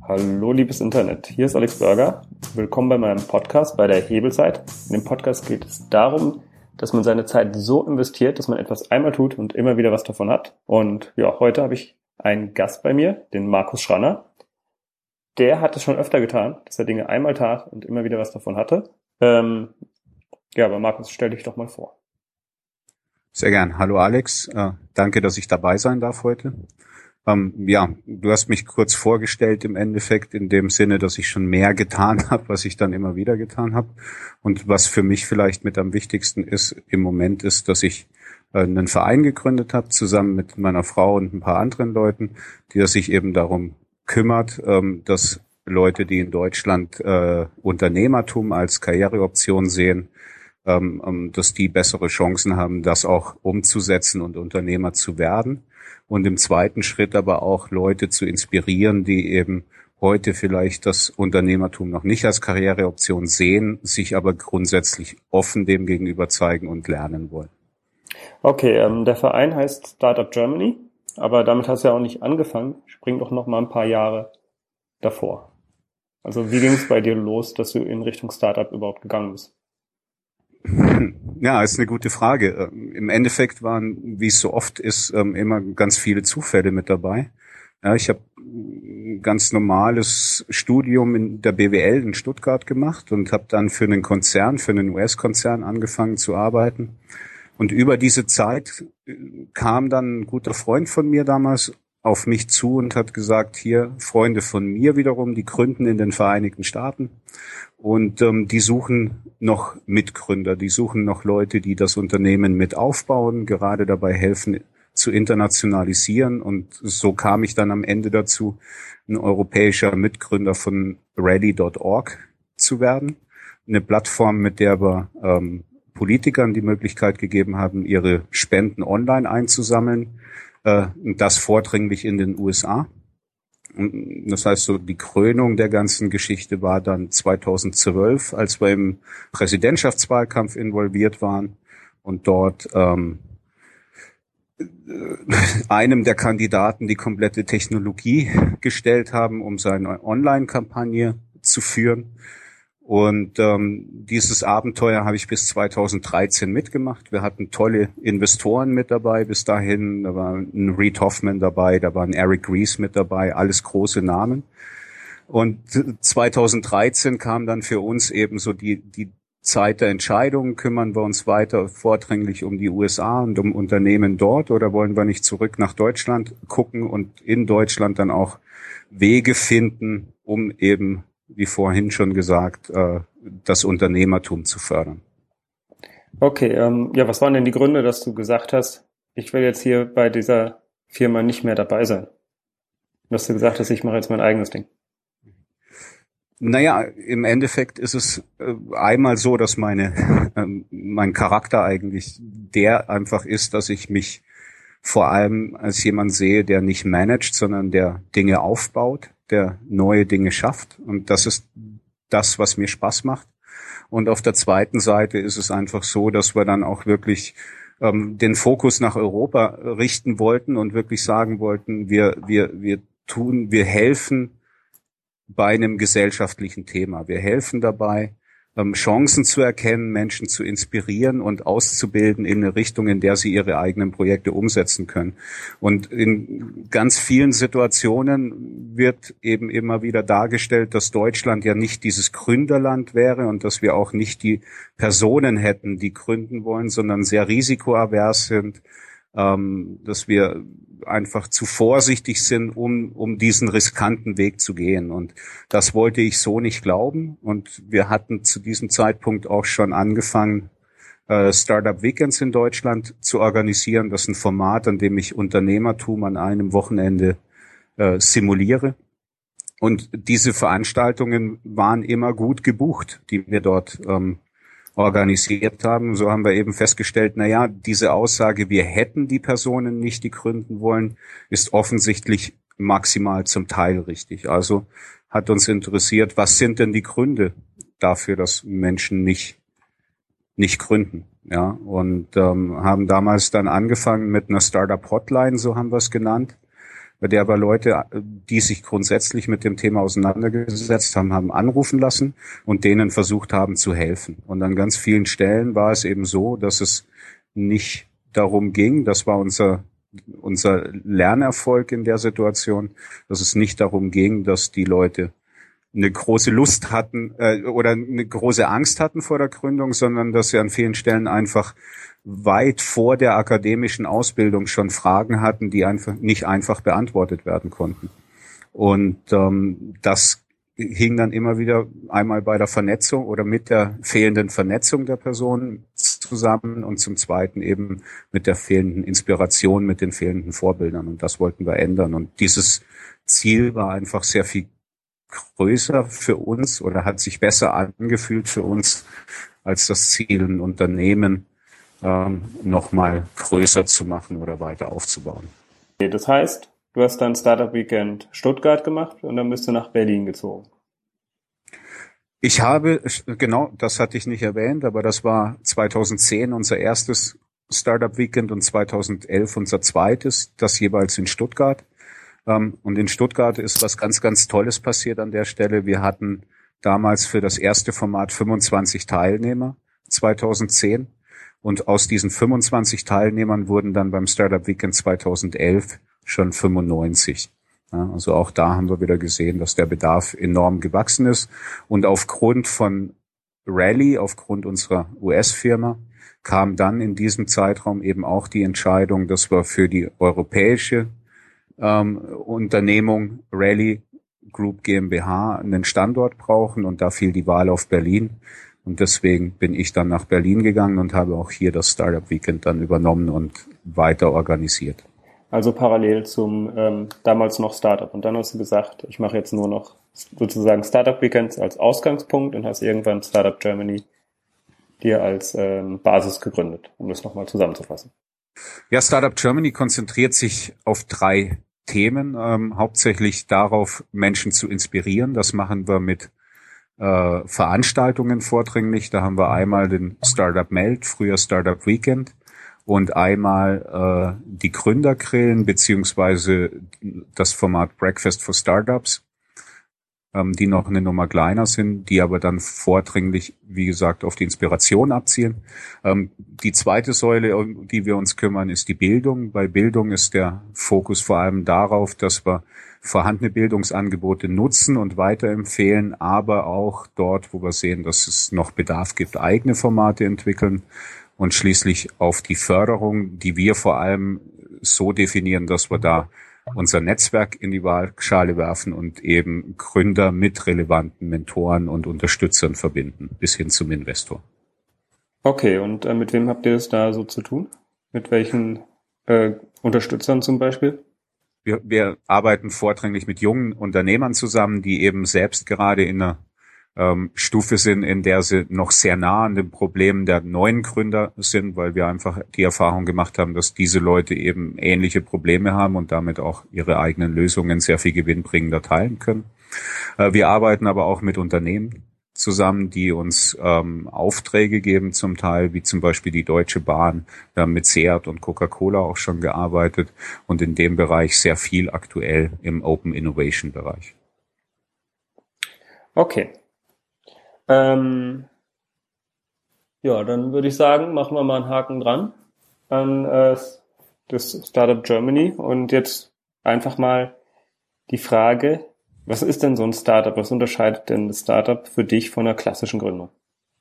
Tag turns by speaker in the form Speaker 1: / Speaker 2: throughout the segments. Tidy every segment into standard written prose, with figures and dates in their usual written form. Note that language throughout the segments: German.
Speaker 1: Hallo liebes Internet, hier ist Alex Burger. Willkommen bei meinem Podcast bei der Hebelzeit. In dem Podcast geht es darum, dass man seine Zeit so investiert, dass man etwas einmal tut und immer wieder was davon hat. Und ja, heute habe ich einen Gast bei mir, den Markus Schranner. Der hat es schon öfter getan, dass er Dinge einmal tat und immer wieder was davon hatte. Aber Markus, stell dich doch mal vor.
Speaker 2: Sehr gern. Hallo Alex, danke, dass ich dabei sein darf heute. Du hast mich kurz vorgestellt im Endeffekt in dem Sinne, dass ich schon mehr getan habe, was ich dann immer wieder getan habe. Und was für mich vielleicht mit am wichtigsten ist im Moment ist, dass ich einen Verein gegründet habe, zusammen mit meiner Frau und ein paar anderen Leuten, die sich eben darum kümmert, dass Leute, die in Deutschland Unternehmertum als Karriereoption sehen, dass die bessere Chancen haben, das auch umzusetzen und Unternehmer zu werden. Und im zweiten Schritt aber auch Leute zu inspirieren, die eben heute vielleicht das Unternehmertum noch nicht als Karriereoption sehen, sich aber grundsätzlich offen dem gegenüber zeigen und lernen wollen.
Speaker 1: Okay, der Verein heißt Startup Germany, aber damit hast du ja auch nicht angefangen. Spring doch noch mal ein paar Jahre davor. Also wie ging es bei dir los, dass du in Richtung Startup überhaupt gegangen bist?
Speaker 2: Ja, ist eine gute Frage. Im Endeffekt waren, wie es so oft ist, immer ganz viele Zufälle mit dabei. Ja, ich habe ein ganz normales Studium in der BWL in Stuttgart gemacht und habe dann für einen US-Konzern angefangen zu arbeiten. Und über diese Zeit kam dann ein guter Freund von mir damals auf mich zu und hat gesagt, hier, Freunde von mir wiederum, die gründen in den Vereinigten Staaten. Und die suchen noch Mitgründer, die suchen noch Leute, die das Unternehmen mit aufbauen, gerade dabei helfen zu internationalisieren. Und so kam ich dann am Ende dazu, ein europäischer Mitgründer von Ready.org zu werden. Eine Plattform, mit der wir Politikern die Möglichkeit gegeben haben, ihre Spenden online einzusammeln. Das vordringlich in den USA. Und das heißt, so die Krönung der ganzen Geschichte war dann 2012, als wir im Präsidentschaftswahlkampf involviert waren und dort einem der Kandidaten die komplette Technologie gestellt haben, um seine Online-Kampagne zu führen. Und dieses Abenteuer habe ich bis 2013 mitgemacht. Wir hatten tolle Investoren mit dabei bis dahin. Da war ein Reid Hoffman dabei, da war ein Eric Ries mit dabei, alles große Namen. Und 2013 kam dann für uns eben so die Zeit der Entscheidung. Kümmern wir uns weiter vordringlich um die USA und um Unternehmen dort oder wollen wir nicht zurück nach Deutschland gucken und in Deutschland dann auch Wege finden, um eben wie vorhin schon gesagt, das Unternehmertum zu fördern.
Speaker 1: Okay, was waren denn die Gründe, dass du gesagt hast, ich will jetzt hier bei dieser Firma nicht mehr dabei sein? Dass du gesagt hast, ich mache jetzt mein eigenes Ding.
Speaker 2: Naja, im Endeffekt ist es einmal so, dass mein Charakter eigentlich der einfach ist, dass ich mich vor allem als jemand sehe, der nicht managt, sondern der Dinge aufbaut, der neue Dinge schafft. Und das ist das, was mir Spaß macht. Und auf der zweiten Seite ist es einfach so, dass wir dann auch wirklich den Fokus nach Europa richten wollten und wirklich sagen wollten, wir helfen bei einem gesellschaftlichen Thema. Wir helfen dabei, Chancen zu erkennen, Menschen zu inspirieren und auszubilden in eine Richtung, in der sie ihre eigenen Projekte umsetzen können. Und in ganz vielen Situationen wird eben immer wieder dargestellt, dass Deutschland ja nicht dieses Gründerland wäre und dass wir auch nicht die Personen hätten, die gründen wollen, sondern sehr risikoavers sind, dass wir einfach zu vorsichtig sind, um diesen riskanten Weg zu gehen. Und das wollte ich so nicht glauben. Und wir hatten zu diesem Zeitpunkt auch schon angefangen, Startup Weekends in Deutschland zu organisieren. Das ist ein Format, an dem ich Unternehmertum an einem Wochenende simuliere. Und diese Veranstaltungen waren immer gut gebucht, die wir dort organisiert haben. So haben wir eben festgestellt, diese Aussage, wir hätten die Personen nicht, die gründen wollen, ist offensichtlich maximal zum Teil richtig. Also hat uns interessiert, was sind denn die Gründe dafür, dass Menschen nicht gründen? Ja, und haben damals dann angefangen mit einer Startup Hotline, so haben wir es genannt, bei der wir Leute, die sich grundsätzlich mit dem Thema auseinandergesetzt haben, haben anrufen lassen und denen versucht haben zu helfen. Und an ganz vielen Stellen war es eben so, dass es nicht darum ging, das war unser Lernerfolg in der Situation, dass es nicht darum ging, dass die Leute eine große Lust hatten oder eine große Angst hatten vor der Gründung, sondern dass sie an vielen Stellen einfach weit vor der akademischen Ausbildung schon Fragen hatten, die einfach nicht einfach beantwortet werden konnten. Und das hing dann immer wieder einmal bei der Vernetzung oder mit der fehlenden Vernetzung der Personen zusammen und zum Zweiten eben mit der fehlenden Inspiration, mit den fehlenden Vorbildern. Und das wollten wir ändern. Und dieses Ziel war einfach sehr viel größer für uns oder hat sich besser angefühlt für uns als das Ziel, ein Unternehmen nochmal größer zu machen oder weiter aufzubauen.
Speaker 1: Das heißt, du hast dann Startup Weekend Stuttgart gemacht und dann bist du nach Berlin gezogen.
Speaker 2: Ich habe, genau, das hatte ich nicht erwähnt, aber das war 2010 unser erstes Startup Weekend und 2011 unser zweites, das jeweils in Stuttgart. Und in Stuttgart ist was ganz, ganz Tolles passiert an der Stelle. Wir hatten damals für das erste Format 25 Teilnehmer, 2010. Und aus diesen 25 Teilnehmern wurden dann beim Startup Weekend 2011 schon 95. Ja, also auch da haben wir wieder gesehen, dass der Bedarf enorm gewachsen ist. Und aufgrund von Rally, aufgrund unserer US-Firma, kam dann in diesem Zeitraum eben auch die Entscheidung, dass wir für die europäische Unternehmung Rally Group GmbH einen Standort brauchen. Und da fiel die Wahl auf Berlin. Und deswegen bin ich dann nach Berlin gegangen und habe auch hier das Startup Weekend dann übernommen und weiter organisiert.
Speaker 1: Also parallel zum damals noch Startup. Und dann hast du gesagt, ich mache jetzt nur noch sozusagen Startup Weekends als Ausgangspunkt und hast irgendwann Startup Germany dir als Basis gegründet, um das nochmal zusammenzufassen.
Speaker 2: Ja, Startup Germany konzentriert sich auf 3 Themen, hauptsächlich darauf, Menschen zu inspirieren. Das machen wir mit Veranstaltungen vordringlich. Da haben wir einmal den Startup Melt, früher Startup Weekend, und einmal die Gründergrillen beziehungsweise das Format Breakfast for Startups, die noch eine Nummer kleiner sind, die aber dann vordringlich, wie gesagt, auf die Inspiration abzielen. Die zweite Säule, um die wir uns kümmern, ist die Bildung. Bei Bildung ist der Fokus vor allem darauf, dass wir vorhandene Bildungsangebote nutzen und weiterempfehlen, aber auch dort, wo wir sehen, dass es noch Bedarf gibt, eigene Formate entwickeln und schließlich auf die Förderung, die wir vor allem so definieren, dass wir da unser Netzwerk in die Waagschale werfen und eben Gründer mit relevanten Mentoren und Unterstützern verbinden, bis hin zum Investor.
Speaker 1: Okay, und mit wem habt ihr das da so zu tun? Mit welchen Unterstützern zum Beispiel?
Speaker 2: Wir arbeiten vordringlich mit jungen Unternehmern zusammen, die eben selbst gerade in einer Stufe sind, in der sie noch sehr nah an den Problemen der neuen Gründer sind, weil wir einfach die Erfahrung gemacht haben, dass diese Leute eben ähnliche Probleme haben und damit auch ihre eigenen Lösungen sehr viel gewinnbringender teilen können. Wir arbeiten aber auch mit Unternehmen zusammen, die uns Aufträge geben, zum Teil, wie zum Beispiel die Deutsche Bahn. Wir haben mit Seat und Coca-Cola auch schon gearbeitet und in dem Bereich sehr viel aktuell im Open Innovation Bereich.
Speaker 1: Okay. Ja, dann würde ich sagen, machen wir mal einen Haken dran an das Startup Germany und jetzt einfach mal die Frage, was ist denn so ein Startup? Was unterscheidet denn das Startup für dich von einer klassischen Gründung?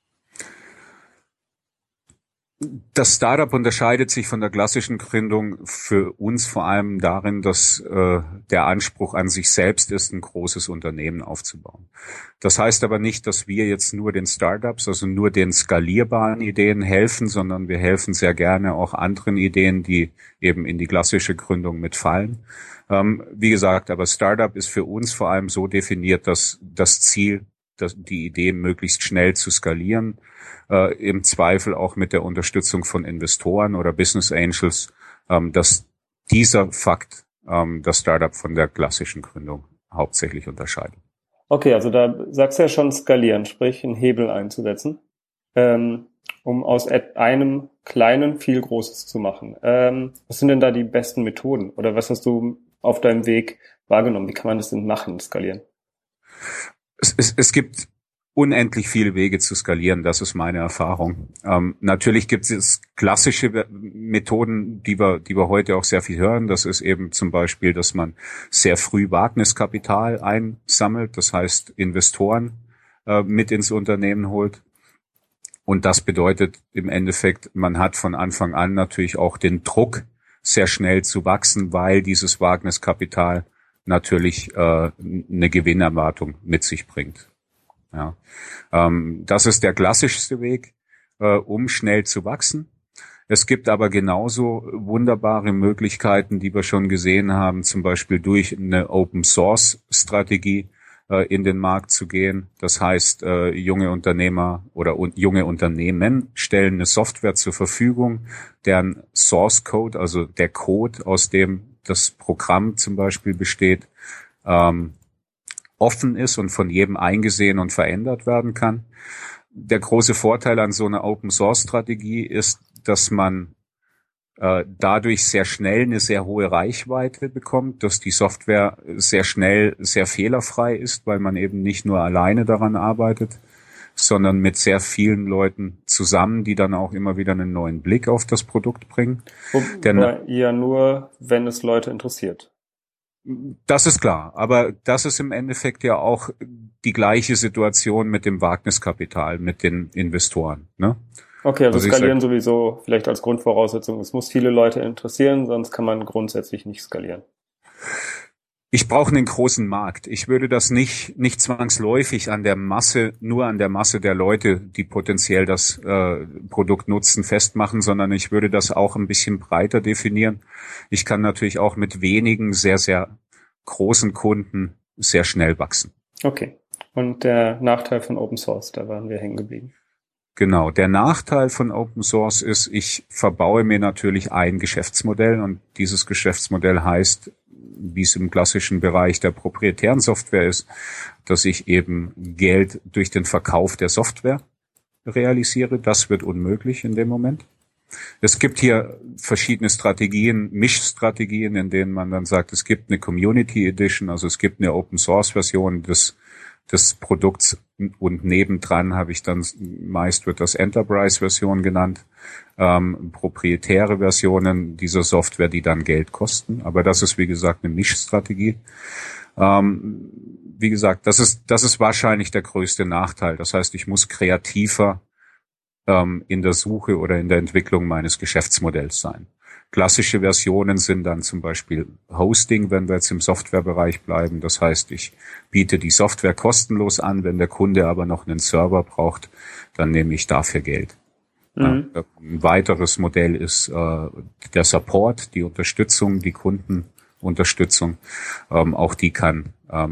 Speaker 2: Das Startup unterscheidet sich von der klassischen Gründung für uns vor allem darin, dass der Anspruch an sich selbst ist, ein großes Unternehmen aufzubauen. Das heißt aber nicht, dass wir jetzt nur den Startups, also nur den skalierbaren Ideen helfen, sondern wir helfen sehr gerne auch anderen Ideen, die eben in die klassische Gründung mitfallen. Wie gesagt, aber Startup ist für uns vor allem so definiert, dass das Ziel, die Idee möglichst schnell zu skalieren, im Zweifel auch mit der Unterstützung von Investoren oder Business Angels, dass dieser Fakt das Startup von der klassischen Gründung hauptsächlich unterscheidet. Okay, also da sagst du ja schon skalieren, sprich einen Hebel einzusetzen, um aus einem kleinen viel Großes zu machen. Was sind denn da die besten Methoden? Oder was hast du
Speaker 1: auf deinem Weg wahrgenommen? Wie kann man das denn machen, skalieren?
Speaker 2: Es gibt unendlich viele Wege zu skalieren, das ist meine Erfahrung. Natürlich gibt es klassische Methoden, die wir heute auch sehr viel hören. Das ist eben zum Beispiel, dass man sehr früh Wagniskapital einsammelt, das heißt Investoren mit ins Unternehmen holt. Und das bedeutet im Endeffekt, man hat von Anfang an natürlich auch den Druck, sehr schnell zu wachsen, weil dieses Wagniskapital natürlich eine Gewinnerwartung mit sich bringt. Ja, das ist der klassischste Weg, um schnell zu wachsen. Es gibt aber genauso wunderbare Möglichkeiten, die wir schon gesehen haben, zum Beispiel durch eine Open-Source-Strategie in den Markt zu gehen. Das heißt, junge Unternehmer oder junge Unternehmen stellen eine Software zur Verfügung, deren Source Code, also der Code, aus dem das Programm zum Beispiel besteht, offen ist und von jedem eingesehen und verändert werden kann. Der große Vorteil an so einer Open-Source-Strategie ist, dass man dadurch sehr schnell eine sehr hohe Reichweite bekommt, dass die Software sehr schnell sehr fehlerfrei ist, weil man eben nicht nur alleine daran arbeitet, sondern mit sehr vielen Leuten zusammen, die dann auch immer wieder einen neuen Blick auf das Produkt bringen.
Speaker 1: Aber ja nur, wenn es Leute interessiert.
Speaker 2: Das ist klar, aber das ist im Endeffekt ja auch die gleiche Situation mit dem Wagniskapital, mit den Investoren, ne?
Speaker 1: Okay, also skalieren sowieso vielleicht als Grundvoraussetzung. Es muss viele Leute interessieren, sonst kann man grundsätzlich nicht skalieren.
Speaker 2: Ich brauche einen großen Markt. Ich würde das nicht zwangsläufig nur an der Masse der Leute, die potenziell das Produkt nutzen, festmachen, sondern ich würde das auch ein bisschen breiter definieren. Ich kann natürlich auch mit wenigen sehr, sehr großen Kunden sehr schnell wachsen.
Speaker 1: Okay. Und der Nachteil von Open Source, da waren wir hängen geblieben.
Speaker 2: Genau. Der Nachteil von Open Source ist, ich verbaue mir natürlich ein Geschäftsmodell und dieses Geschäftsmodell heißt, wie es im klassischen Bereich der proprietären Software ist, dass ich eben Geld durch den Verkauf der Software realisiere. Das wird unmöglich in dem Moment. Es gibt hier verschiedene Strategien, Mischstrategien, in denen man dann sagt, es gibt eine Community Edition, also es gibt eine Open Source Version des Produkts und nebendran habe ich dann, meist wird das Enterprise-Version genannt, proprietäre Versionen dieser Software, die dann Geld kosten. Aber das ist, wie gesagt, eine Mischstrategie. Wie gesagt, das ist wahrscheinlich der größte Nachteil. Das heißt, ich muss kreativer in der Suche oder in der Entwicklung meines Geschäftsmodells sein. Klassische Versionen sind dann zum Beispiel Hosting, wenn wir jetzt im Softwarebereich bleiben. Das heißt, ich biete die Software kostenlos an. Wenn der Kunde aber noch einen Server braucht, dann nehme ich dafür Geld. Mhm. Ein weiteres Modell ist der Support, die Unterstützung, die Kundenunterstützung. Auch die kann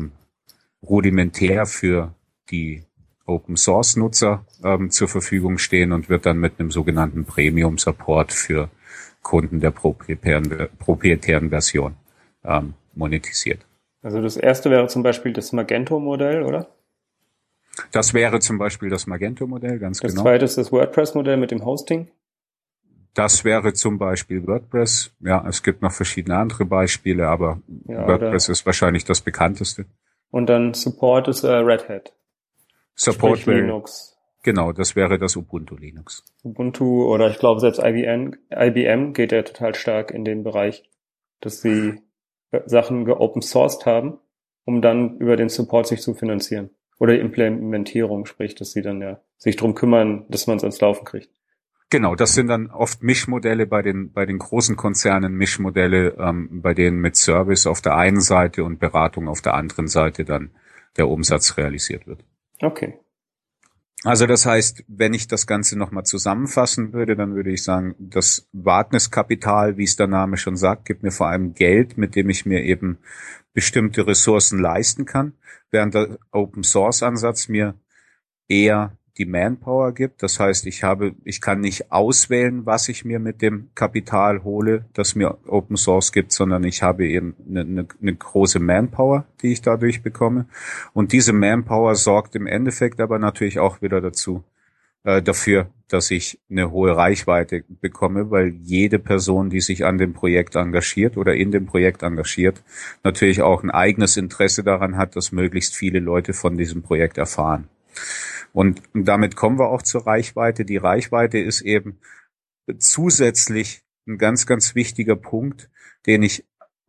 Speaker 2: rudimentär für die Open-Source-Nutzer zur Verfügung stehen und wird dann mit einem sogenannten Premium-Support für Kunden der proprietären Version monetisiert.
Speaker 1: Also das erste wäre zum Beispiel das Magento-Modell, oder?
Speaker 2: Das wäre zum Beispiel das Magento-Modell, ganz genau.
Speaker 1: Das zweite ist das WordPress-Modell mit dem Hosting.
Speaker 2: Das wäre zum Beispiel WordPress. Ja, es gibt noch verschiedene andere Beispiele, aber ja, WordPress ist wahrscheinlich das bekannteste.
Speaker 1: Und dann Support ist Red Hat.
Speaker 2: Support
Speaker 1: wäre Linux.
Speaker 2: Genau, das wäre das Ubuntu Linux.
Speaker 1: Ubuntu oder ich glaube selbst IBM geht ja total stark in den Bereich, dass sie Sachen geopen-sourced haben, um dann über den Support sich zu finanzieren. Oder die Implementierung, sprich, dass sie dann ja sich drum kümmern, dass man es ans Laufen kriegt.
Speaker 2: Genau, das sind dann oft Mischmodelle bei den großen Konzernen, Mischmodelle, bei denen mit Service auf der einen Seite und Beratung auf der anderen Seite dann der Umsatz realisiert wird.
Speaker 1: Okay.
Speaker 2: Also das heißt, wenn ich das Ganze nochmal zusammenfassen würde, dann würde ich sagen, das Wagniskapital, wie es der Name schon sagt, gibt mir vor allem Geld, mit dem ich mir eben bestimmte Ressourcen leisten kann, während der Open-Source-Ansatz mir eher die Manpower gibt. Das heißt, ich kann nicht auswählen, was ich mir mit dem Kapital hole, das mir Open Source gibt, sondern ich habe eben eine große Manpower, die ich dadurch bekomme. Und diese Manpower sorgt im Endeffekt aber natürlich auch wieder dazu, dafür, dass ich eine hohe Reichweite bekomme, weil jede Person, die sich an dem Projekt engagiert oder in dem Projekt engagiert, natürlich auch ein eigenes Interesse daran hat, dass möglichst viele Leute von diesem Projekt erfahren. Und damit kommen wir auch zur Reichweite. Die Reichweite ist eben zusätzlich ein ganz, ganz wichtiger Punkt, den ich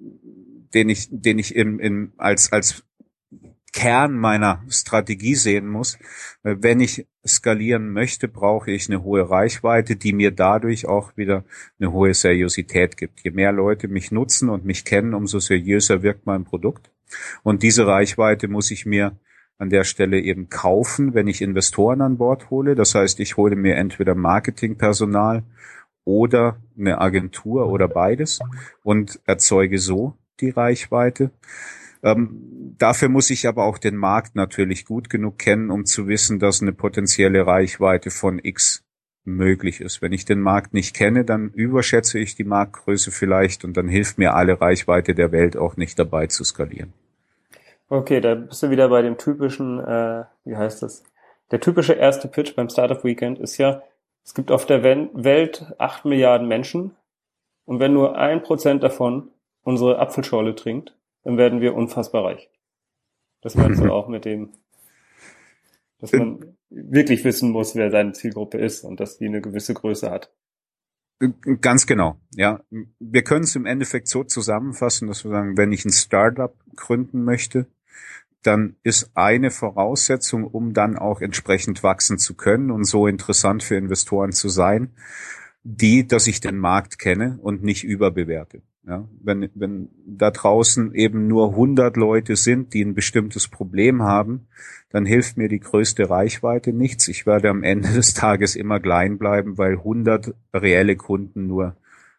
Speaker 2: als Kern meiner Strategie sehen muss. Wenn ich skalieren möchte, brauche ich eine hohe Reichweite, die mir dadurch auch wieder eine hohe Seriosität gibt. Je mehr Leute mich nutzen und mich kennen, umso seriöser wirkt mein Produkt. Und diese Reichweite muss ich mir an der Stelle eben kaufen, wenn ich Investoren an Bord hole. Das heißt, ich hole mir entweder Marketingpersonal oder eine Agentur oder beides und erzeuge so die Reichweite. Dafür muss ich aber auch den Markt natürlich gut genug kennen, um zu wissen, dass eine potenzielle Reichweite von X möglich ist. Wenn ich den Markt nicht kenne, dann überschätze ich die Marktgröße vielleicht und dann hilft mir alle Reichweite der Welt auch nicht dabei zu skalieren.
Speaker 1: Okay, da bist du wieder bei dem typischen, wie heißt das? Der typische erste Pitch beim Startup Weekend ist ja, es gibt auf der Welt 8 Milliarden Menschen und wenn nur 1% davon unsere Apfelschorle trinkt, dann werden wir unfassbar reich. Das meinst du auch mit dem, dass man wirklich wissen muss, wer seine Zielgruppe ist und dass die eine gewisse Größe hat.
Speaker 2: Ganz genau, ja. Wir können es im Endeffekt so zusammenfassen, dass wir sagen, wenn ich ein Startup gründen möchte, dann ist eine Voraussetzung, um dann auch entsprechend wachsen zu können und so interessant für Investoren zu sein, dass ich den Markt kenne und nicht überbewerte. Ja, wenn da draußen eben nur 100 Leute sind, die ein bestimmtes Problem haben, dann hilft mir die größte Reichweite nichts. Ich werde am Ende des Tages immer klein bleiben, weil 100 reelle Kunden nur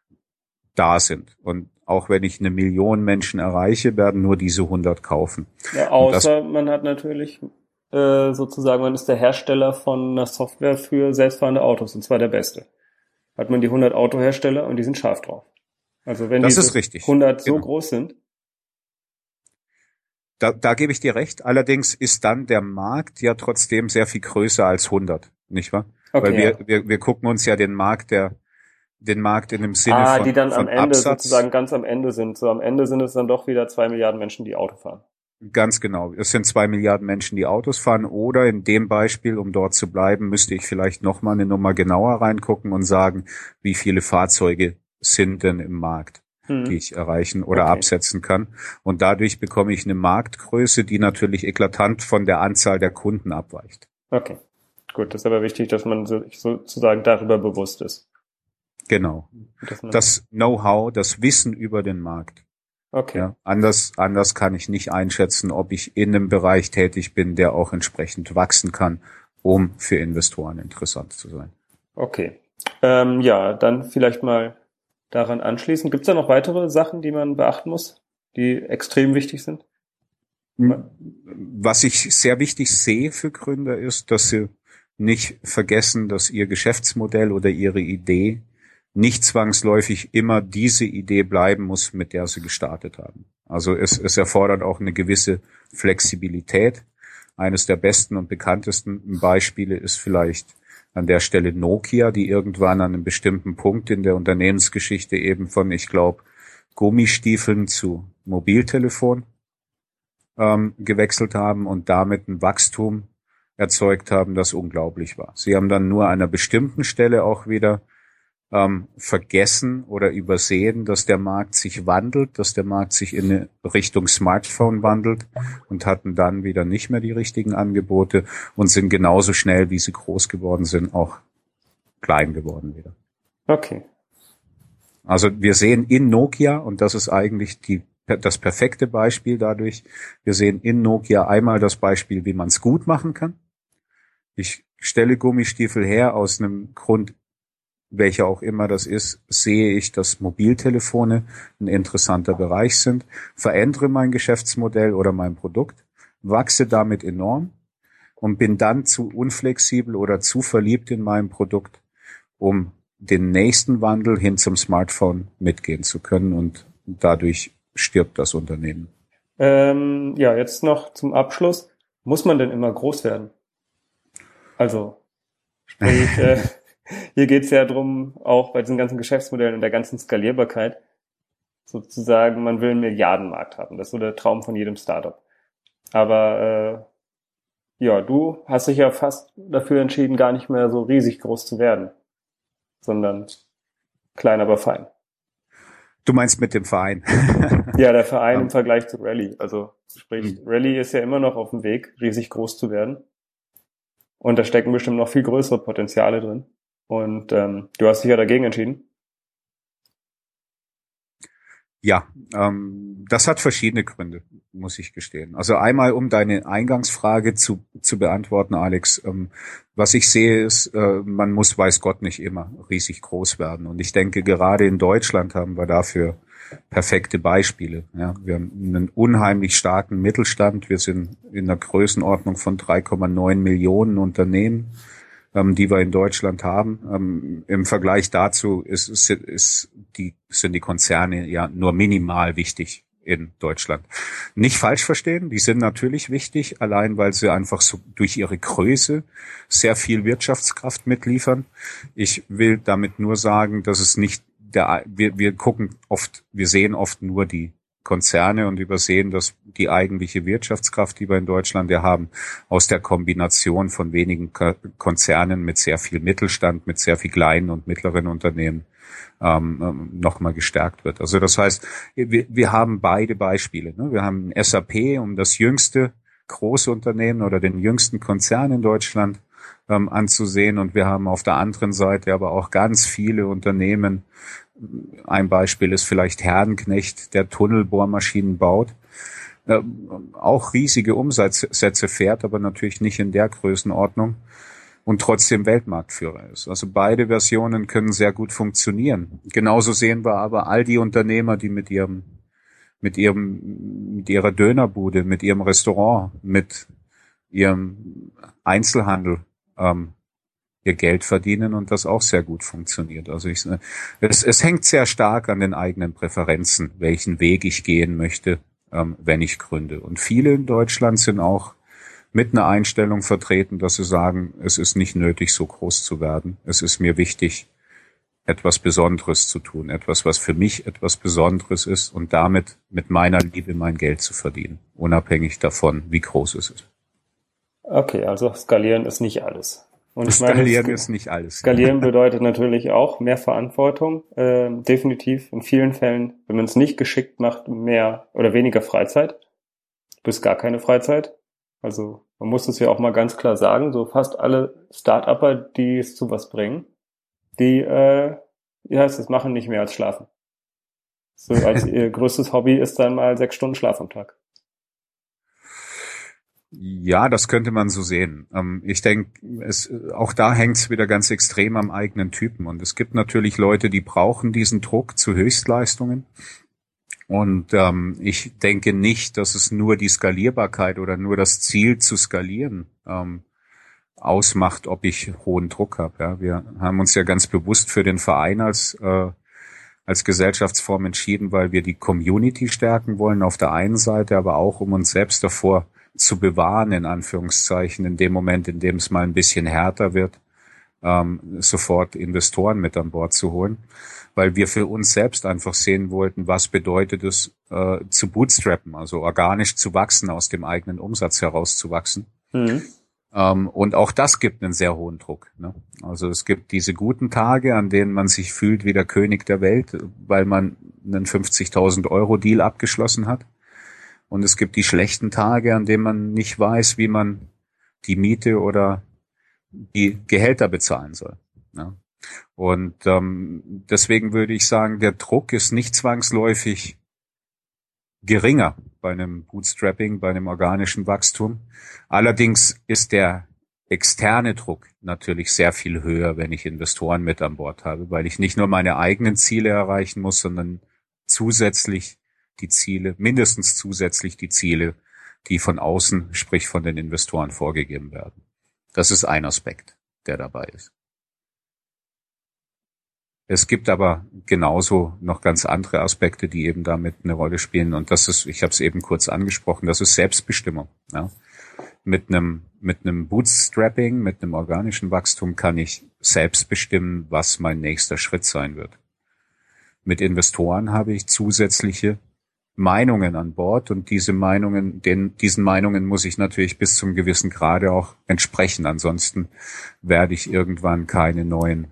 Speaker 2: da sind. Und auch wenn ich 1 Million Menschen erreiche, werden nur diese 100 kaufen.
Speaker 1: Ja, außer man hat natürlich sozusagen, man ist der Hersteller von einer Software für selbstfahrende Autos, und zwar der beste. Hat man die 100 Autohersteller und die sind scharf drauf. Also wenn
Speaker 2: das
Speaker 1: die 100 so
Speaker 2: genau.
Speaker 1: groß sind.
Speaker 2: Da gebe ich dir recht. Allerdings ist dann der Markt ja trotzdem sehr viel größer als 100, nicht wahr?
Speaker 1: Okay,
Speaker 2: Weil wir gucken uns ja den Markt in dem Sinne von
Speaker 1: die dann am Ende
Speaker 2: Absatz.
Speaker 1: sozusagen ganz am Ende sind. So am Ende sind es dann doch wieder 2 Milliarden Menschen, die Auto fahren.
Speaker 2: Ganz genau. Es sind 2 Milliarden Menschen, die Autos fahren. Oder in dem Beispiel, um dort zu bleiben, müsste ich vielleicht noch mal eine Nummer genauer reingucken und sagen, wie viele Fahrzeuge sind denn im Markt, die ich erreichen oder absetzen kann. Und dadurch bekomme ich eine Marktgröße, die natürlich eklatant von der Anzahl der Kunden abweicht.
Speaker 1: Okay, gut. Das ist aber wichtig, dass man sich sozusagen darüber bewusst ist.
Speaker 2: Genau. Das Know-how, das Wissen über den Markt.
Speaker 1: Okay.
Speaker 2: Ja, anders kann ich nicht einschätzen, ob ich in einem Bereich tätig bin, der auch entsprechend wachsen kann, um für Investoren interessant zu sein.
Speaker 1: Okay. Ja, dann vielleicht mal daran anschließen. Gibt es da noch weitere Sachen, die man beachten muss, die extrem wichtig sind?
Speaker 2: Was ich sehr wichtig sehe für Gründer ist, dass sie nicht vergessen, dass ihr Geschäftsmodell oder ihre Idee nicht zwangsläufig immer diese Idee bleiben muss, mit der sie gestartet haben. Also es erfordert auch eine gewisse Flexibilität. Eines der besten und bekanntesten Beispiele ist vielleicht an der Stelle Nokia, die irgendwann an einem bestimmten Punkt in der Unternehmensgeschichte eben von, ich glaube, Gummistiefeln zu Mobiltelefon gewechselt haben und damit ein Wachstum erzeugt haben, das unglaublich war. Sie haben dann nur an einer bestimmten Stelle auch wieder vergessen oder übersehen, dass der Markt sich wandelt, dass der Markt sich in eine Richtung Smartphone wandelt und hatten dann wieder nicht mehr die richtigen Angebote und sind genauso schnell, wie sie groß geworden sind, auch klein geworden wieder.
Speaker 1: Okay.
Speaker 2: Also wir sehen in Nokia, und das ist eigentlich das perfekte Beispiel dadurch, wir sehen in Nokia einmal das Beispiel, wie man es gut machen kann. Ich stelle Gummistiefel her aus einem Grund, welcher auch immer das ist, sehe ich, dass Mobiltelefone ein interessanter Bereich sind, verändere mein Geschäftsmodell oder mein Produkt, wachse damit enorm und bin dann zu unflexibel oder zu verliebt in meinem Produkt, um den nächsten Wandel hin zum Smartphone mitgehen zu können, und dadurch stirbt das Unternehmen.
Speaker 1: Ja, jetzt noch zum Abschluss. Muss man denn immer groß werden? Also Sprich, hier geht's ja drum, auch bei diesen ganzen Geschäftsmodellen und der ganzen Skalierbarkeit, sozusagen, man will einen Milliardenmarkt haben. Das ist so der Traum von jedem Startup. Aber ja, du hast dich ja fast dafür entschieden, gar nicht mehr so riesig groß zu werden, sondern klein, aber fein.
Speaker 2: Du meinst mit dem Verein?
Speaker 1: Ja, der Verein im Vergleich zu Rally. Also sprich, Rally ist ja immer noch auf dem Weg, riesig groß zu werden. Und da stecken bestimmt noch viel größere Potenziale drin. Und du hast dich ja dagegen entschieden.
Speaker 2: Ja, das hat verschiedene Gründe, muss ich gestehen. Also einmal, um deine Eingangsfrage zu beantworten, Alex. Was ich sehe, ist, man muss, weiß Gott, nicht immer riesig groß werden. Und ich denke, gerade in Deutschland haben wir dafür perfekte Beispiele. Ja, wir haben einen unheimlich starken Mittelstand. Wir sind in der Größenordnung von 3,9 Millionen Unternehmen, die wir in Deutschland haben. Im Vergleich dazu sind die Konzerne ja nur minimal wichtig in Deutschland. Nicht falsch verstehen, die sind natürlich wichtig, allein weil sie einfach so durch ihre Größe sehr viel Wirtschaftskraft mitliefern. Ich will damit nur sagen, dass es nicht wir sehen oft nur die Konzerne und übersehen, dass die eigentliche Wirtschaftskraft, die wir in Deutschland ja haben, aus der Kombination von wenigen Konzernen mit sehr viel Mittelstand, mit sehr viel kleinen und mittleren Unternehmen nochmal gestärkt wird. Also das heißt, wir haben beide Beispiele. Ne? Wir haben ein SAP, um das jüngste große Unternehmen oder den jüngsten Konzern in Deutschland anzusehen, und wir haben auf der anderen Seite aber auch ganz viele Unternehmen. Ein Beispiel ist vielleicht Herdenknecht, der Tunnelbohrmaschinen baut, auch riesige Umsätze fährt, aber natürlich nicht in der Größenordnung und trotzdem Weltmarktführer ist. Also beide Versionen können sehr gut funktionieren. Genauso sehen wir aber all die Unternehmer, die mit ihrer Dönerbude, mit ihrem Restaurant, mit ihrem Einzelhandel ihr Geld verdienen und das auch sehr gut funktioniert. Also es hängt sehr stark an den eigenen Präferenzen, welchen Weg ich gehen möchte, wenn ich gründe. Und viele in Deutschland sind auch mit einer Einstellung vertreten, dass sie sagen, es ist nicht nötig, so groß zu werden. Es ist mir wichtig, etwas Besonderes zu tun, etwas, was für mich etwas Besonderes ist und damit mit meiner Liebe mein Geld zu verdienen, unabhängig davon, wie groß es ist.
Speaker 1: Okay, also skalieren ist nicht alles. Und ich
Speaker 2: meine, skalieren ist nicht alles.
Speaker 1: Skalieren bedeutet natürlich auch mehr Verantwortung, definitiv in vielen Fällen, wenn man es nicht geschickt macht, mehr oder weniger Freizeit, bis gar keine Freizeit. Also man muss es ja auch mal ganz klar sagen, so fast alle Start-Upper, die es zu was bringen, die, wie heißt es, machen nicht mehr als schlafen. So als ihr größtes Hobby ist dann mal 6 Stunden Schlaf am Tag.
Speaker 2: Ja, das könnte man so sehen. Ich denke, auch da hängt es wieder ganz extrem am eigenen Typen. Und es gibt natürlich Leute, die brauchen diesen Druck zu Höchstleistungen. Und ich denke nicht, dass es nur die Skalierbarkeit oder nur das Ziel zu skalieren ausmacht, ob ich hohen Druck habe. Ja, wir haben uns ja ganz bewusst für den Verein als Gesellschaftsform entschieden, weil wir die Community stärken wollen auf der einen Seite, aber auch um uns selbst davor zu bewahren, in Anführungszeichen, in dem Moment, in dem es mal ein bisschen härter wird, sofort Investoren mit an Bord zu holen, weil wir für uns selbst einfach sehen wollten, was bedeutet es, zu bootstrappen, also organisch zu wachsen, aus dem eigenen Umsatz herauszuwachsen. Mhm. Und auch das gibt einen sehr hohen Druck. Ne? Also es gibt diese guten Tage, an denen man sich fühlt wie der König der Welt, weil man einen 50.000 Euro Deal abgeschlossen hat. Und es gibt die schlechten Tage, an denen man nicht weiß, wie man die Miete oder die Gehälter bezahlen soll. Ja. Und deswegen würde ich sagen, der Druck ist nicht zwangsläufig geringer bei einem Bootstrapping, bei einem organischen Wachstum. Allerdings ist der externe Druck natürlich sehr viel höher, wenn ich Investoren mit an Bord habe, weil ich nicht nur meine eigenen Ziele erreichen muss, sondern zusätzlich mindestens zusätzlich die Ziele, die von außen, sprich von den Investoren vorgegeben werden. Das ist ein Aspekt, der dabei ist. Es gibt aber genauso noch ganz andere Aspekte, die eben damit eine Rolle spielen. Und das ist, ich habe es eben kurz angesprochen, das ist Selbstbestimmung. Ja. mit einem Bootstrapping, mit einem organischen Wachstum kann ich selbst bestimmen, was mein nächster Schritt sein wird. Mit Investoren habe ich zusätzliche Meinungen an Bord und diesen Meinungen muss ich natürlich bis zum gewissen Grade auch entsprechen. Ansonsten werde ich irgendwann keine neuen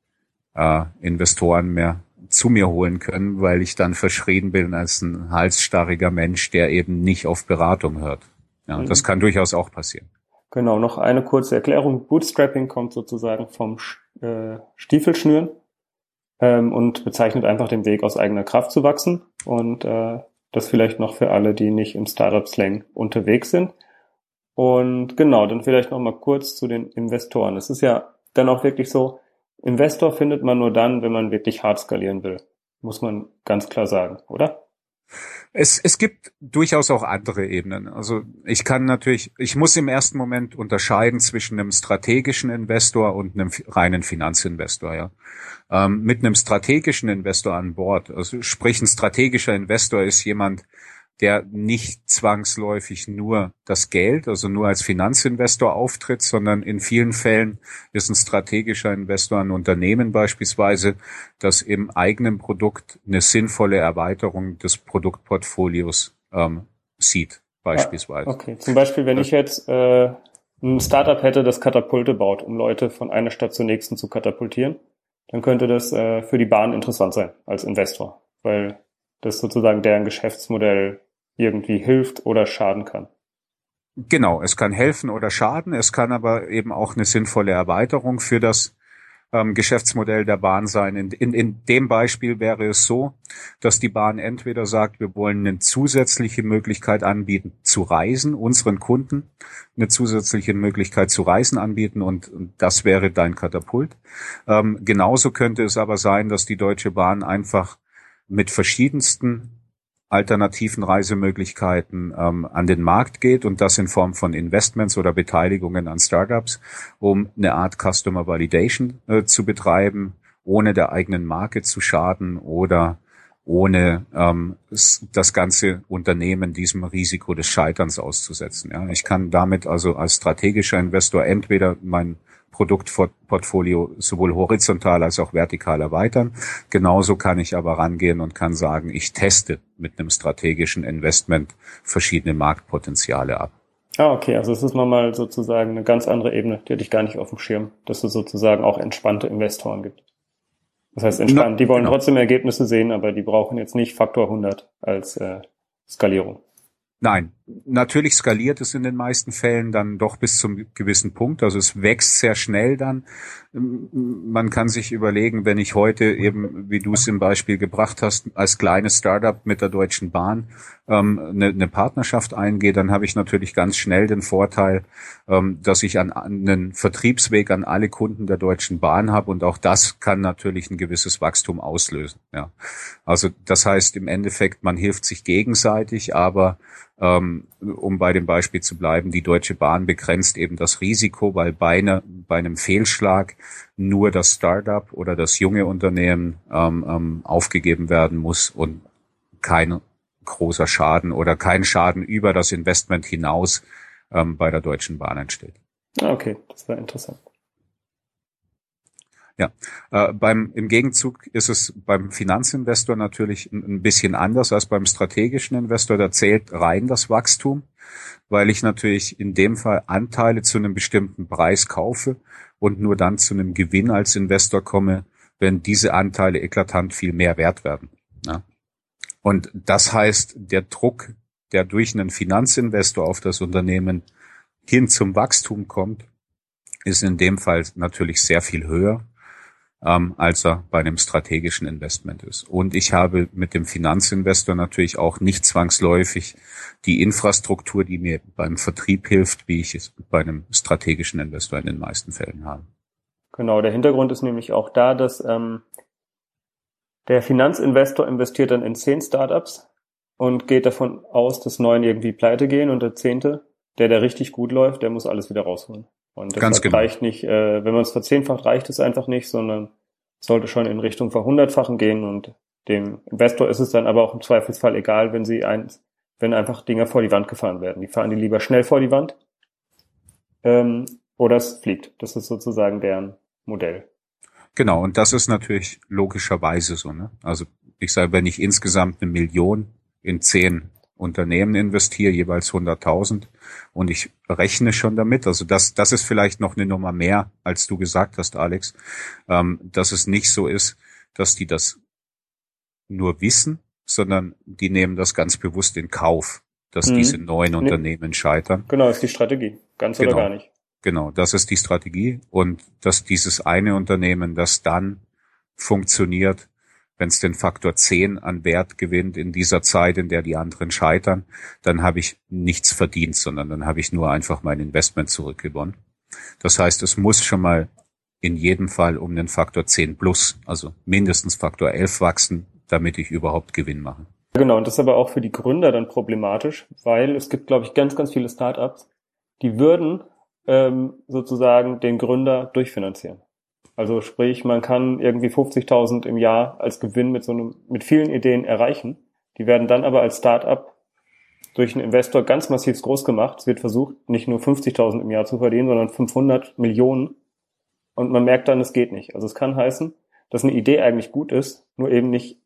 Speaker 2: Investoren mehr zu mir holen können, weil ich dann verschrien bin als ein halsstarriger Mensch, der eben nicht auf Beratung hört. Ja, das kann durchaus auch passieren.
Speaker 1: Genau, noch eine kurze Erklärung. Bootstrapping kommt sozusagen vom Stiefelschnüren und bezeichnet einfach den Weg, aus eigener Kraft zu wachsen. Und das vielleicht noch für alle, die nicht im Startup-Slang unterwegs sind. Und genau, dann vielleicht noch mal kurz zu den Investoren. Es ist ja dann auch wirklich so, Investor findet man nur dann, wenn man wirklich hart skalieren will. Muss man ganz klar sagen, oder?
Speaker 2: Es gibt durchaus auch andere Ebenen. Also ich muss im ersten Moment unterscheiden zwischen einem strategischen Investor und einem reinen Finanzinvestor, ja. Mit einem strategischen Investor an Bord, also sprich ein strategischer Investor ist jemand, der nicht zwangsläufig nur das Geld, also nur als Finanzinvestor auftritt, sondern in vielen Fällen ist ein strategischer Investor ein Unternehmen beispielsweise, das im eigenen Produkt eine sinnvolle Erweiterung des Produktportfolios sieht, beispielsweise.
Speaker 1: Okay, zum Beispiel, wenn ich jetzt ein Startup hätte, das Katapulte baut, um Leute von einer Stadt zur nächsten zu katapultieren, dann könnte das für die Bahn interessant sein als Investor, weil das sozusagen deren Geschäftsmodell irgendwie hilft oder schaden kann.
Speaker 2: Genau, es kann helfen oder schaden, es kann aber eben auch eine sinnvolle Erweiterung für das Geschäftsmodell der Bahn sein. In dem Beispiel wäre es so, dass die Bahn entweder sagt, wir wollen eine zusätzliche Möglichkeit anbieten zu reisen, unseren Kunden eine zusätzliche Möglichkeit zu reisen anbieten und das wäre dein Katapult. Genauso könnte es aber sein, dass die Deutsche Bahn einfach mit verschiedensten alternativen Reisemöglichkeiten an den Markt geht und das in Form von Investments oder Beteiligungen an Startups, um eine Art Customer Validation zu betreiben, ohne der eigenen Marke zu schaden oder ohne das ganze Unternehmen diesem Risiko des Scheiterns auszusetzen. Ja, ich kann damit also als strategischer Investor entweder mein Produktportfolio sowohl horizontal als auch vertikal erweitern. Genauso kann ich aber rangehen und kann sagen, ich teste mit einem strategischen Investment verschiedene Marktpotenziale ab.
Speaker 1: Okay, also es ist nochmal sozusagen eine ganz andere Ebene, die hatte ich gar nicht auf dem Schirm, dass es sozusagen auch entspannte Investoren gibt. Das heißt entspannt, die wollen trotzdem Ergebnisse sehen, aber die brauchen jetzt nicht Faktor 100 als Skalierung.
Speaker 2: Nein, natürlich skaliert es in den meisten Fällen dann doch bis zum gewissen Punkt. Also es wächst sehr schnell dann. Man kann sich überlegen, wenn ich heute eben, wie du es im Beispiel gebracht hast, als kleines Startup mit der Deutschen Bahn eine Partnerschaft eingehe, dann habe ich natürlich ganz schnell den Vorteil, dass ich einen Vertriebsweg an alle Kunden der Deutschen Bahn habe und auch das kann natürlich ein gewisses Wachstum auslösen. Ja. Also das heißt im Endeffekt, man hilft sich gegenseitig, aber um bei dem Beispiel zu bleiben, die Deutsche Bahn begrenzt eben das Risiko, weil bei einem Fehlschlag nur das Startup oder das junge Unternehmen aufgegeben werden muss und kein großer Schaden oder kein Schaden über das Investment hinaus bei der Deutschen Bahn entsteht.
Speaker 1: Okay, das war interessant.
Speaker 2: Ja, im Gegenzug ist es beim Finanzinvestor natürlich ein bisschen anders als beim strategischen Investor. Da zählt rein das Wachstum, weil ich natürlich in dem Fall Anteile zu einem bestimmten Preis kaufe und nur dann zu einem Gewinn als Investor komme, wenn diese Anteile eklatant viel mehr wert werden. Ja. Und das heißt, der Druck, der durch einen Finanzinvestor auf das Unternehmen hin zum Wachstum kommt, ist in dem Fall natürlich sehr viel höher, als er bei einem strategischen Investment ist. Und ich habe mit dem Finanzinvestor natürlich auch nicht zwangsläufig die Infrastruktur, die mir beim Vertrieb hilft, wie ich es bei einem strategischen Investor in den meisten Fällen habe.
Speaker 1: Genau, der Hintergrund ist nämlich auch da, dass der Finanzinvestor investiert dann in 10 Startups und geht davon aus, dass 9 irgendwie pleite gehen und der 10., der richtig gut läuft, der muss alles wieder rausholen. Und deshalb reicht nicht, wenn man es verzehnfacht, reicht es einfach nicht, sondern sollte schon in Richtung Verhundertfachen gehen und dem Investor ist es dann aber auch im Zweifelsfall egal, wenn einfach Dinger vor die Wand gefahren werden. Die fahren die lieber schnell vor die Wand oder es fliegt. Das ist sozusagen deren Modell.
Speaker 2: Genau, und das ist natürlich logischerweise so, ne? Also ich sage, wenn ich insgesamt 1 Million in 10 Unternehmen investiere, jeweils 100.000, und ich rechne schon damit, also das ist vielleicht noch eine Nummer mehr, als du gesagt hast, Alex, dass es nicht so ist, dass die das nur wissen, sondern die nehmen das ganz bewusst in Kauf, dass diese neuen Unternehmen scheitern.
Speaker 1: Genau, ist die Strategie. Ganz oder gar nicht.
Speaker 2: Genau, das ist die Strategie, und dass dieses eine Unternehmen, das dann funktioniert, wenn es den Faktor 10 an Wert gewinnt in dieser Zeit, in der die anderen scheitern, dann habe ich nichts verdient, sondern dann habe ich nur einfach mein Investment zurückgewonnen. Das heißt, es muss schon mal in jedem Fall um den Faktor 10 plus, also mindestens Faktor 11 wachsen, damit ich überhaupt Gewinn mache.
Speaker 1: Genau, und das ist aber auch für die Gründer dann problematisch, weil es gibt, glaube ich, ganz, ganz viele Startups, die würden sozusagen den Gründer durchfinanzieren. Also sprich, man kann irgendwie 50.000 im Jahr als Gewinn mit vielen Ideen erreichen. Die werden dann aber als Startup durch einen Investor ganz massiv groß gemacht. Es wird versucht, nicht nur 50.000 im Jahr zu verdienen, sondern 500 Millionen. Und man merkt dann, es geht nicht. Also es kann heißen, dass eine Idee eigentlich gut ist, nur eben nicht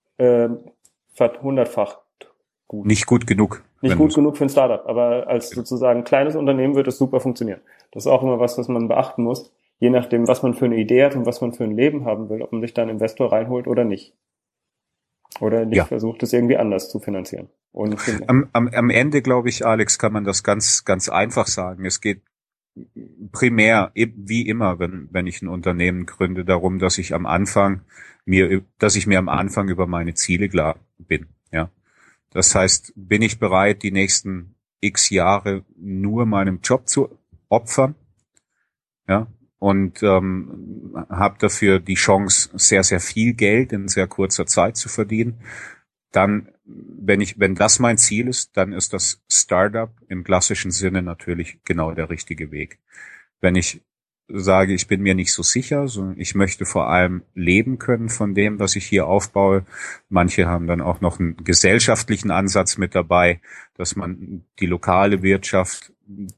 Speaker 1: 100-fach gut.
Speaker 2: Nicht gut genug.
Speaker 1: Nicht gut genug für ein Startup, aber als sozusagen kleines Unternehmen wird es super funktionieren. Das ist auch immer was man beachten muss, je nachdem, was man für eine Idee hat und was man für ein Leben haben will, ob man sich da einen Investor reinholt oder nicht. Oder nicht versucht, es irgendwie anders zu finanzieren. Und
Speaker 2: am Ende, glaube ich, Alex, kann man das ganz, ganz einfach sagen. Es geht primär, wie immer, wenn ich ein Unternehmen gründe, darum, dass ich mir am Anfang über meine Ziele klar bin, ja. Das heißt, bin ich bereit, die nächsten x Jahre nur meinem Job zu opfern, ja, und habe dafür die Chance, sehr, sehr viel Geld in sehr kurzer Zeit zu verdienen. Dann, wenn das mein Ziel ist, dann ist das Startup im klassischen Sinne natürlich genau der richtige Weg. Wenn ich sage, ich bin mir nicht so sicher, sondern ich möchte vor allem leben können von dem, was ich hier aufbaue. Manche haben dann auch noch einen gesellschaftlichen Ansatz mit dabei, dass man die lokale Wirtschaft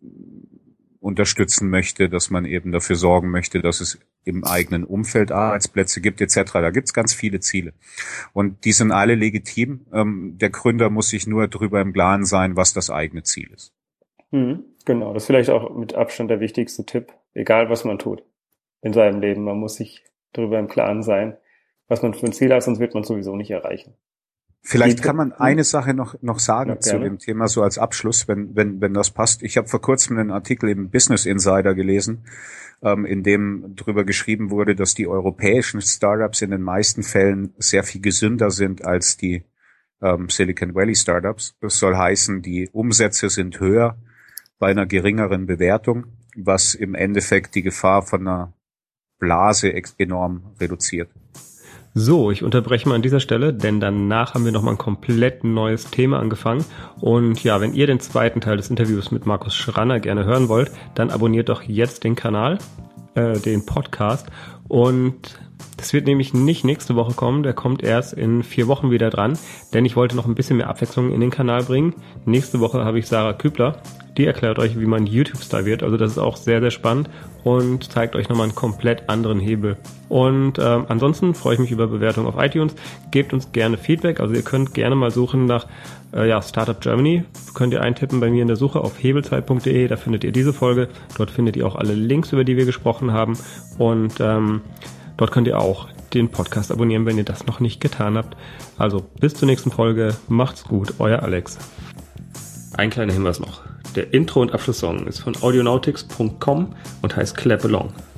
Speaker 2: unterstützen möchte, dass man eben dafür sorgen möchte, dass es im eigenen Umfeld Arbeitsplätze gibt etc. Da gibt's ganz viele Ziele. Und die sind alle legitim. Der Gründer muss sich nur darüber im Klaren sein, was das eigene Ziel ist.
Speaker 1: Genau, das ist vielleicht auch mit Abstand der wichtigste Tipp, egal was man tut in seinem Leben. Man muss sich darüber im Klaren sein, was man für ein Ziel hat, sonst wird man sowieso nicht erreichen.
Speaker 2: Vielleicht kann man eine Sache noch sagen zu dem Thema, so als Abschluss, wenn das passt. Ich habe vor kurzem einen Artikel im Business Insider gelesen, in dem darüber geschrieben wurde, dass die europäischen Startups in den meisten Fällen sehr viel gesünder sind als die Silicon Valley Startups. Das soll heißen, die Umsätze sind höher bei einer geringeren Bewertung, was im Endeffekt die Gefahr von einer Blase enorm reduziert.
Speaker 3: So, ich unterbreche mal an dieser Stelle, denn danach haben wir nochmal ein komplett neues Thema angefangen. Und ja, wenn ihr den zweiten Teil des Interviews mit Markus Schranner gerne hören wollt, dann abonniert doch jetzt den Kanal, den Podcast. Und das wird nämlich nicht nächste Woche kommen, der kommt erst in 4 Wochen wieder dran, denn ich wollte noch ein bisschen mehr Abwechslung in den Kanal bringen. Nächste Woche habe ich Sarah Kübler, die erklärt euch, wie man YouTube-Star wird. Also das ist auch sehr, sehr spannend und zeigt euch nochmal einen komplett anderen Hebel. Und ansonsten freue ich mich über Bewertungen auf iTunes. Gebt uns gerne Feedback. Also ihr könnt gerne mal suchen nach Startup Germany. Könnt ihr eintippen bei mir in der Suche auf hebelzeit.de. Da findet ihr diese Folge. Dort findet ihr auch alle Links, über die wir gesprochen haben. Und dort könnt ihr auch den Podcast abonnieren, wenn ihr das noch nicht getan habt. Also bis zur nächsten Folge. Macht's gut. Euer Alex. Ein kleiner Hinweis noch. Der Intro- und Abschlusssong ist von audionautics.com und heißt Clap Along.